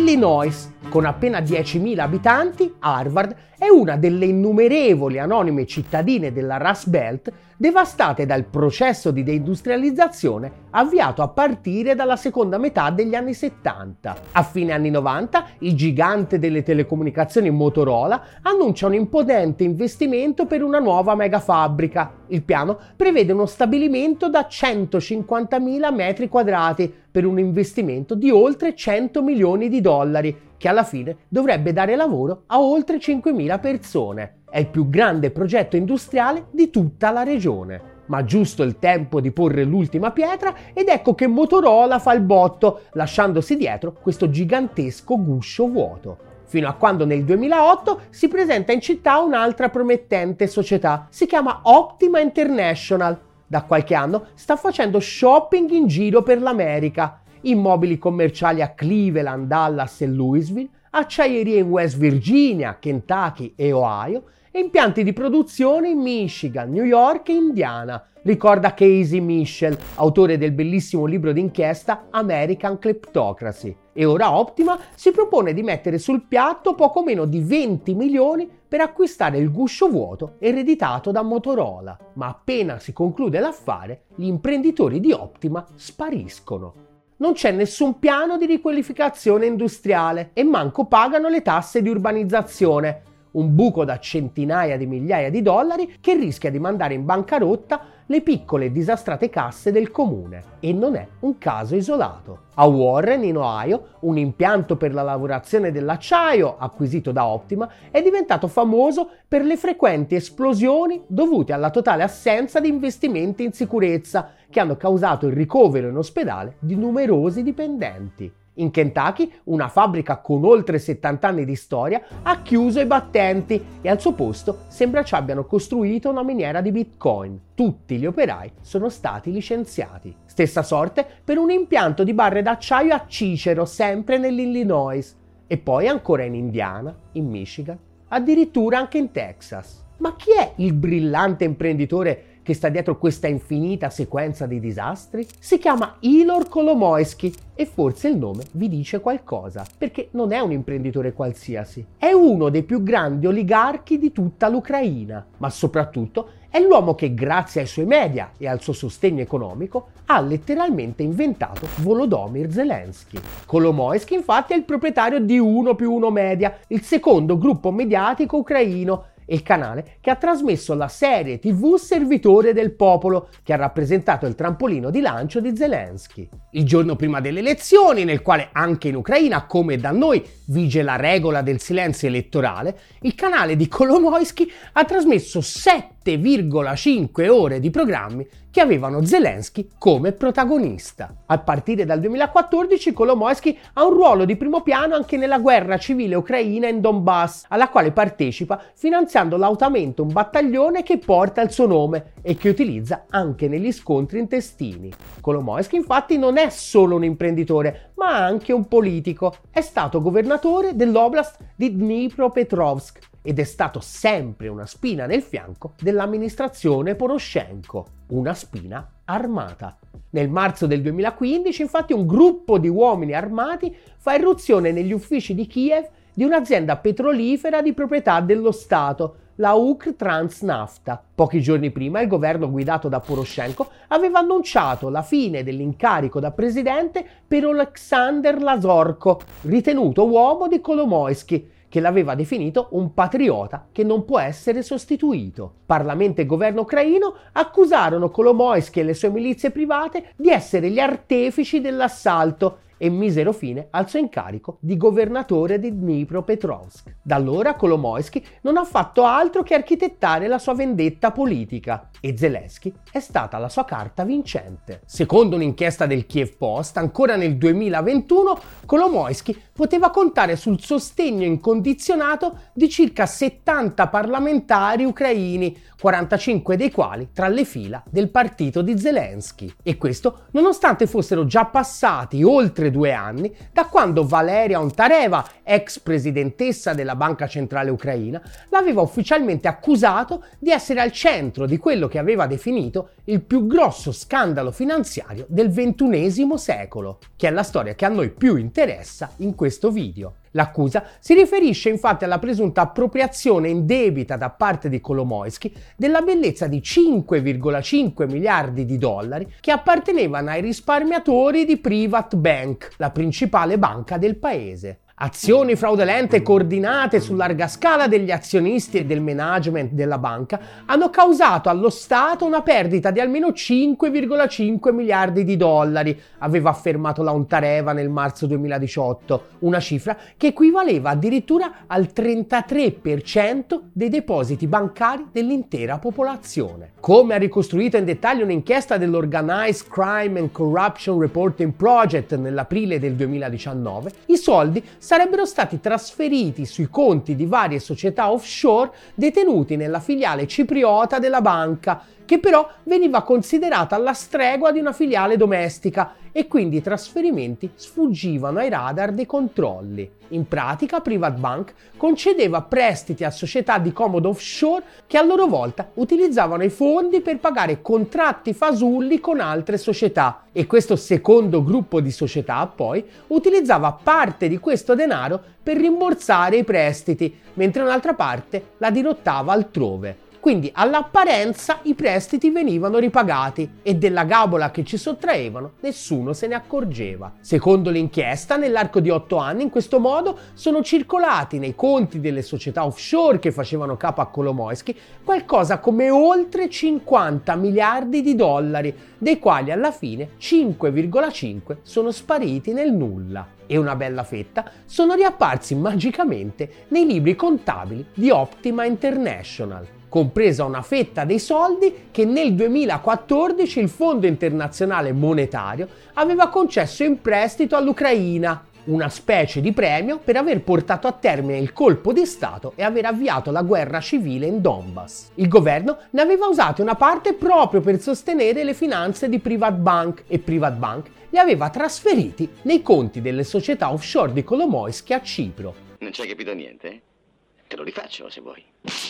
Illinois, con appena 10.000 abitanti, Harvard è una delle innumerevoli anonime cittadine della Rust Belt devastate dal processo di deindustrializzazione avviato a partire dalla seconda metà degli anni 70. A fine anni 90, il gigante delle telecomunicazioni Motorola annuncia un imponente investimento per una nuova mega fabbrica. Il piano prevede uno stabilimento da 150.000 metri quadrati per un investimento di oltre 100 milioni di dollari, che alla fine dovrebbe dare lavoro a oltre 5.000 persone. È il più grande progetto industriale di tutta la regione. Ma giusto il tempo di porre l'ultima pietra ed ecco che Motorola fa il botto, lasciandosi dietro questo gigantesco guscio vuoto. Fino a quando nel 2008 si presenta in città un'altra promettente società, si chiama Optima International. Da qualche anno sta facendo shopping in giro per l'America. Immobili commerciali a Cleveland, Dallas e Louisville, acciaierie in West Virginia, Kentucky e Ohio e impianti di produzione in Michigan, New York e Indiana, ricorda Casey Mitchell, autore del bellissimo libro d'inchiesta American Kleptocracy. E ora Optima si propone di mettere sul piatto poco meno di 20 milioni per acquistare il guscio vuoto ereditato da Motorola. Ma appena si conclude l'affare, gli imprenditori di Optima spariscono. Non c'è nessun piano di riqualificazione industriale e manco pagano le tasse di urbanizzazione. Un buco da centinaia di migliaia di dollari che rischia di mandare in bancarotta le piccole e disastrate casse del comune. E non è un caso isolato. A Warren, in Ohio, un impianto per la lavorazione dell'acciaio, acquisito da Optima, è diventato famoso per le frequenti esplosioni dovute alla totale assenza di investimenti in sicurezza, che hanno causato il ricovero in ospedale di numerosi dipendenti. In Kentucky, una fabbrica con oltre 70 anni di storia ha chiuso i battenti e al suo posto sembra ci abbiano costruito una miniera di Bitcoin. Tutti gli operai sono stati licenziati. Stessa sorte per un impianto di barre d'acciaio a Cicero, sempre nell'Illinois, e poi ancora in Indiana, in Michigan, addirittura anche in Texas. Ma chi è il brillante imprenditore che sta dietro questa infinita sequenza di disastri? Si chiama Ylor Kolomoisky e forse il nome vi dice qualcosa, perché non è un imprenditore qualsiasi. È uno dei più grandi oligarchi di tutta l'Ucraina, ma soprattutto è l'uomo che, grazie ai suoi media e al suo sostegno economico, ha letteralmente inventato Volodymyr Zelensky. Kolomoisky infatti è il proprietario di 1+1 Media, il secondo gruppo mediatico ucraino, e il canale che ha trasmesso la serie TV Servitore del Popolo, che ha rappresentato il trampolino di lancio di Zelensky. Il giorno prima delle elezioni, nel quale anche in Ucraina, come da noi, vige la regola del silenzio elettorale, il canale di Kolomoisky ha trasmesso 7,5 ore di programmi che avevano Zelensky come protagonista. A partire dal 2014 Kolomoisky ha un ruolo di primo piano anche nella guerra civile ucraina in Donbass, alla quale partecipa finanziando lautamente un battaglione che porta il suo nome e che utilizza anche negli scontri intestini. Kolomoisky infatti non è solo un imprenditore, ma anche un politico. È stato governatore dell'oblast di Dnipropetrovsk ed è stato sempre una spina nel fianco dell'amministrazione Poroshenko, una spina armata. Nel marzo del 2015, infatti, un gruppo di uomini armati fa irruzione negli uffici di Kiev di un'azienda petrolifera di proprietà dello Stato, la Uktrtransnafta. Pochi giorni prima il governo guidato da Poroshenko aveva annunciato la fine dell'incarico da presidente per Oleksandr Lazorko, ritenuto uomo di Kolomoisky, che l'aveva definito un patriota che non può essere sostituito. Parlamento e governo ucraino accusarono Kolomoisky e le sue milizie private di essere gli artefici dell'assalto e misero fine al suo incarico di governatore di Dnipropetrovsk. Da allora Kolomoisky non ha fatto altro che architettare la sua vendetta politica e Zelensky è stata la sua carta vincente. Secondo un'inchiesta del Kiev Post, ancora nel 2021, Kolomoisky poteva contare sul sostegno incondizionato di circa 70 parlamentari ucraini, 45 dei quali tra le fila del partito di Zelensky. E questo nonostante fossero già passati oltre oltre 2 anni da quando Valeria Ontareva, ex presidentessa della Banca Centrale Ucraina, l'aveva ufficialmente accusato di essere al centro di quello che aveva definito il più grosso scandalo finanziario del XXI secolo, che è la storia che a noi più interessa in questo video. L'accusa si riferisce infatti alla presunta appropriazione indebita da parte di Kolomoisky della bellezza di 5,5 miliardi di dollari che appartenevano ai risparmiatori di Privat Bank, la principale banca del paese. Azioni fraudolente coordinate su larga scala degli azionisti e del management della banca hanno causato allo Stato una perdita di almeno 5,5 miliardi di dollari, aveva affermato la Ontareva nel marzo 2018, una cifra che equivaleva addirittura al 33% dei depositi bancari dell'intera popolazione. Come ha ricostruito in dettaglio un'inchiesta dell'Organized Crime and Corruption Reporting Project nell'aprile del 2019, i soldi sarebbero stati trasferiti sui conti di varie società offshore detenuti nella filiale cipriota della banca, che però veniva considerata alla stregua di una filiale domestica e quindi i trasferimenti sfuggivano ai radar dei controlli. In pratica, Privat Bank concedeva prestiti a società di comodo offshore che a loro volta utilizzavano i fondi per pagare contratti fasulli con altre società e questo secondo gruppo di società poi utilizzava parte di questo denaro per rimborsare i prestiti, mentre un'altra parte la dirottava altrove. Quindi all'apparenza i prestiti venivano ripagati e della gabola che ci sottraevano nessuno se ne accorgeva. Secondo l'inchiesta, nell'arco di 8 anni in questo modo sono circolati nei conti delle società offshore che facevano capo a Kolomoisky qualcosa come oltre 50 miliardi di dollari, dei quali alla fine 5,5 sono spariti nel nulla. E una bella fetta sono riapparsi magicamente nei libri contabili di Optima International, compresa una fetta dei soldi che nel 2014 il Fondo Internazionale Monetario aveva concesso in prestito all'Ucraina, una specie di premio per aver portato a termine il colpo di Stato e aver avviato la guerra civile in Donbass. Il governo ne aveva usato una parte proprio per sostenere le finanze di Privat Bank e Privat Bank li aveva trasferiti nei conti delle società offshore di Kolomoisky a Cipro. Non ci hai capito niente? Te lo rifaccio se vuoi.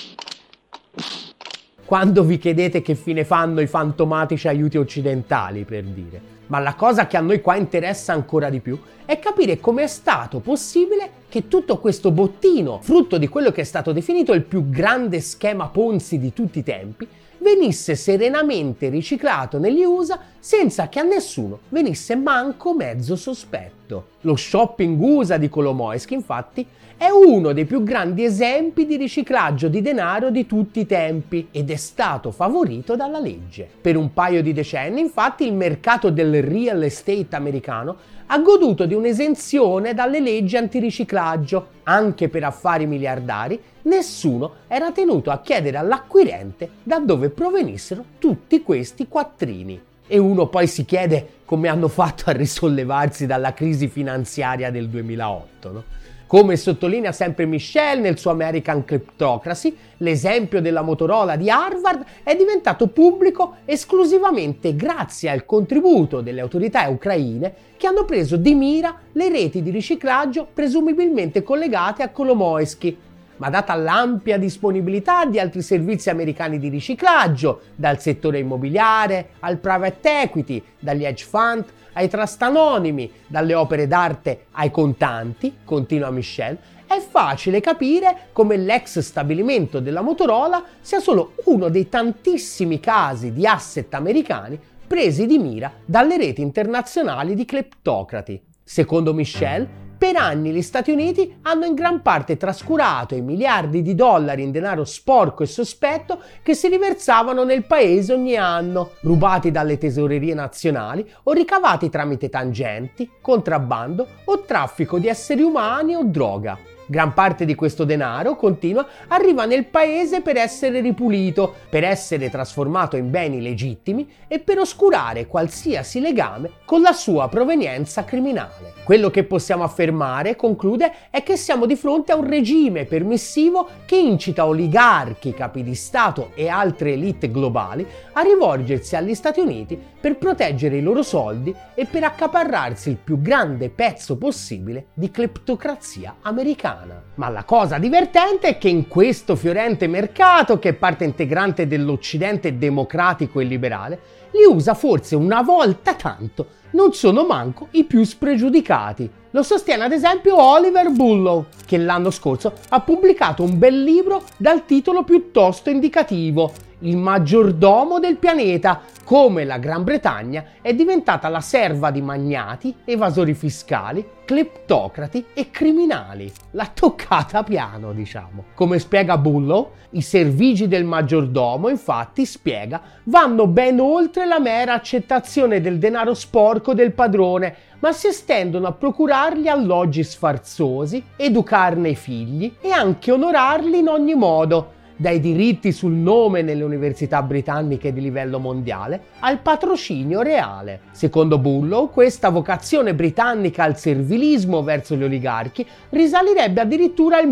Quando vi chiedete che fine fanno i fantomatici aiuti occidentali, per dire. Ma la cosa che a noi qua interessa ancora di più è capire come è stato possibile che tutto questo bottino, frutto di quello che è stato definito il più grande schema Ponzi di tutti i tempi, venisse serenamente riciclato negli USA senza che a nessuno venisse manco mezzo sospetto. Lo shopping USA di Kolomoisky, infatti, è uno dei più grandi esempi di riciclaggio di denaro di tutti i tempi ed è stato favorito dalla legge. Per un paio di decenni, infatti, il mercato del real estate americano ha goduto di un'esenzione dalle leggi antiriciclaggio. Anche per affari miliardari, nessuno era tenuto a chiedere all'acquirente da dove provenissero tutti questi quattrini. E uno poi si chiede come hanno fatto a risollevarsi dalla crisi finanziaria del 2008, no? Come sottolinea sempre Michel nel suo American Kleptocracy, l'esempio della Motorola di Harvard è diventato pubblico esclusivamente grazie al contributo delle autorità ucraine che hanno preso di mira le reti di riciclaggio presumibilmente collegate a Kolomoisky. Ma data l'ampia disponibilità di altri servizi americani di riciclaggio, dal settore immobiliare al private equity, dagli hedge fund ai trust anonimi, dalle opere d'arte ai contanti, continua Michel, è facile capire come l'ex stabilimento della Motorola sia solo uno dei tantissimi casi di asset americani presi di mira dalle reti internazionali di cleptocrati. Secondo Michel, per anni gli Stati Uniti hanno in gran parte trascurato i miliardi di dollari in denaro sporco e sospetto che si riversavano nel paese ogni anno, rubati dalle tesorerie nazionali o ricavati tramite tangenti, contrabbando o traffico di esseri umani o droga. Gran parte di questo denaro, continua, arriva nel paese per essere ripulito, per essere trasformato in beni legittimi e per oscurare qualsiasi legame con la sua provenienza criminale. Quello che possiamo affermare, conclude, è che siamo di fronte a un regime permissivo che incita oligarchi, capi di Stato e altre elite globali a rivolgersi agli Stati Uniti per proteggere i loro soldi e per accaparrarsi il più grande pezzo possibile di cleptocrazia americana. Ma la cosa divertente è che in questo fiorente mercato, che è parte integrante dell'Occidente democratico e liberale, li usa forse una volta tanto non sono manco i più spregiudicati. Lo sostiene ad esempio Oliver Bullough, che l'anno scorso ha pubblicato un bel libro dal titolo piuttosto indicativo: Il maggiordomo del pianeta, come la Gran Bretagna è diventata la serva di magnati, evasori fiscali, cleptocrati e criminali. L'ha toccata piano, diciamo. Come spiega Bullough, i servigi del maggiordomo, infatti, spiega, vanno ben oltre la mera accettazione del denaro sporco del padrone, ma si estendono a procurargli alloggi sfarzosi, educarne i figli e anche onorarli in ogni modo, dai diritti sul nome nelle università britanniche di livello mondiale al patrocinio reale. Secondo Bullough, questa vocazione britannica al servilismo verso gli oligarchi risalirebbe addirittura al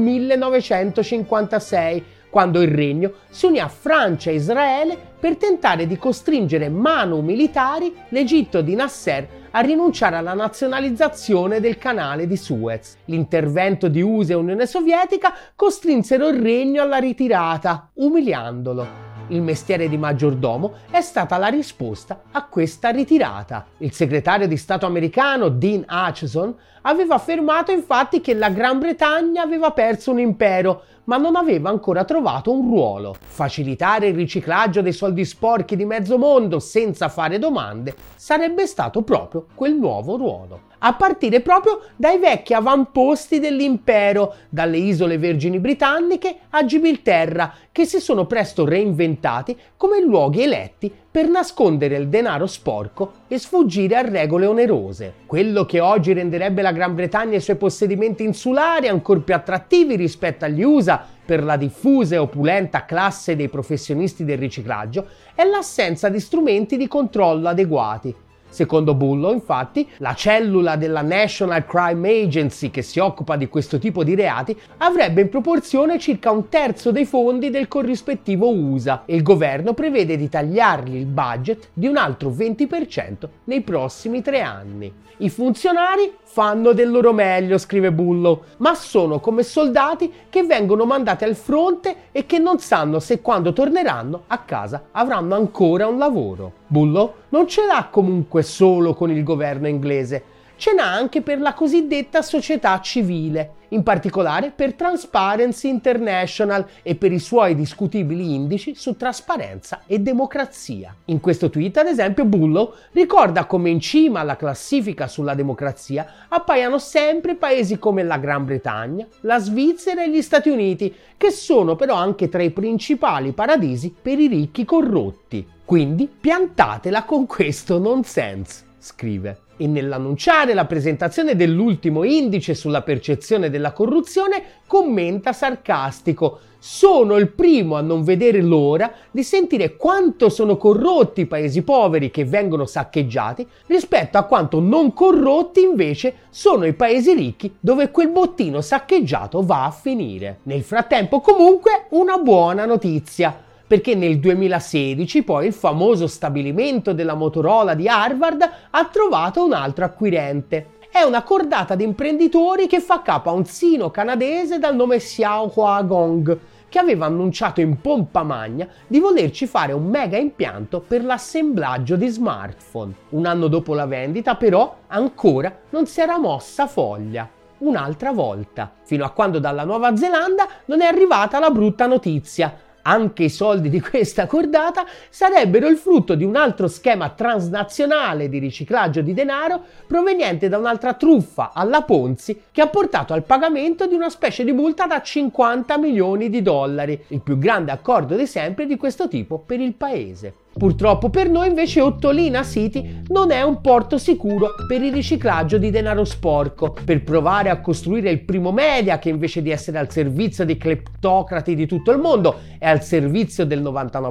1956, quando il regno si unì a Francia e Israele per tentare di costringere manu militari l'Egitto di Nasser a rinunciare alla nazionalizzazione del canale di Suez. L'intervento di USA e Unione Sovietica costrinsero il regno alla ritirata, umiliandolo. Il mestiere di maggiordomo è stata la risposta a questa ritirata. Il segretario di Stato americano Dean Acheson aveva affermato infatti che la Gran Bretagna aveva perso un impero, ma non aveva ancora trovato un ruolo. Facilitare il riciclaggio dei soldi sporchi di mezzo mondo senza fare domande sarebbe stato proprio quel nuovo ruolo. A partire proprio dai vecchi avamposti dell'impero, dalle isole Vergini Britanniche a Gibilterra, che si sono presto reinventati come luoghi eletti per nascondere il denaro sporco e sfuggire a regole onerose. Quello che oggi renderebbe la Gran Bretagna e i suoi possedimenti insulari ancor più attrattivi rispetto agli USA per la diffusa e opulenta classe dei professionisti del riciclaggio è l'assenza di strumenti di controllo adeguati. Secondo Bullough, infatti, la cellula della National Crime Agency che si occupa di questo tipo di reati avrebbe in proporzione circa un terzo dei fondi del corrispettivo USA e il governo prevede di tagliargli il budget di un altro 20% nei prossimi 3 anni. I funzionari fanno del loro meglio, scrive Bullough, ma sono come soldati che vengono mandati al fronte e che non sanno se quando torneranno a casa avranno ancora un lavoro. Bullough non ce l'ha comunque solo con il governo inglese, ce n'ha anche per la cosiddetta società civile, in particolare per Transparency International e per i suoi discutibili indici su trasparenza e democrazia. In questo tweet, ad esempio, Bullough ricorda come in cima alla classifica sulla democrazia appaiano sempre paesi come la Gran Bretagna, la Svizzera e gli Stati Uniti, che sono però anche tra i principali paradisi per i ricchi corrotti. Quindi piantatela con questo nonsense, scrive. E nell'annunciare la presentazione dell'ultimo indice sulla percezione della corruzione commenta sarcastico: sono il primo a non vedere l'ora di sentire quanto sono corrotti i paesi poveri che vengono saccheggiati rispetto a quanto non corrotti invece sono i paesi ricchi dove quel bottino saccheggiato va a finire. Nel frattempo comunque una buona notizia, perché nel 2016 poi il famoso stabilimento della Motorola di Harvard ha trovato un altro acquirente. È una cordata di imprenditori che fa capo a un sino canadese dal nome Xiao Huagong, che aveva annunciato in pompa magna di volerci fare un mega impianto per l'assemblaggio di smartphone. Un anno dopo la vendita, però, ancora non si era mossa foglia. Un'altra volta, fino a quando dalla Nuova Zelanda non è arrivata la brutta notizia. Anche i soldi di questa cordata sarebbero il frutto di un altro schema transnazionale di riciclaggio di denaro proveniente da un'altra truffa alla Ponzi che ha portato al pagamento di una specie di multa da 50 milioni di dollari, il più grande accordo di sempre di questo tipo per il paese. Purtroppo per noi invece Ottolina City non è un porto sicuro per il riciclaggio di denaro sporco. Per provare a costruire il primo media che invece di essere al servizio dei cleptocrati di tutto il mondo è al servizio del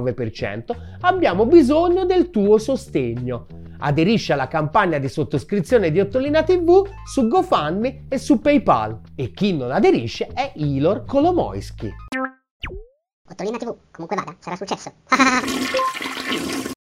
99%, abbiamo bisogno del tuo sostegno. Aderisci alla campagna di sottoscrizione di Ottolina TV su GoFundMe e su PayPal. E chi non aderisce è Ilor Kolomoisky. Ottolina TV, comunque vada, sarà successo.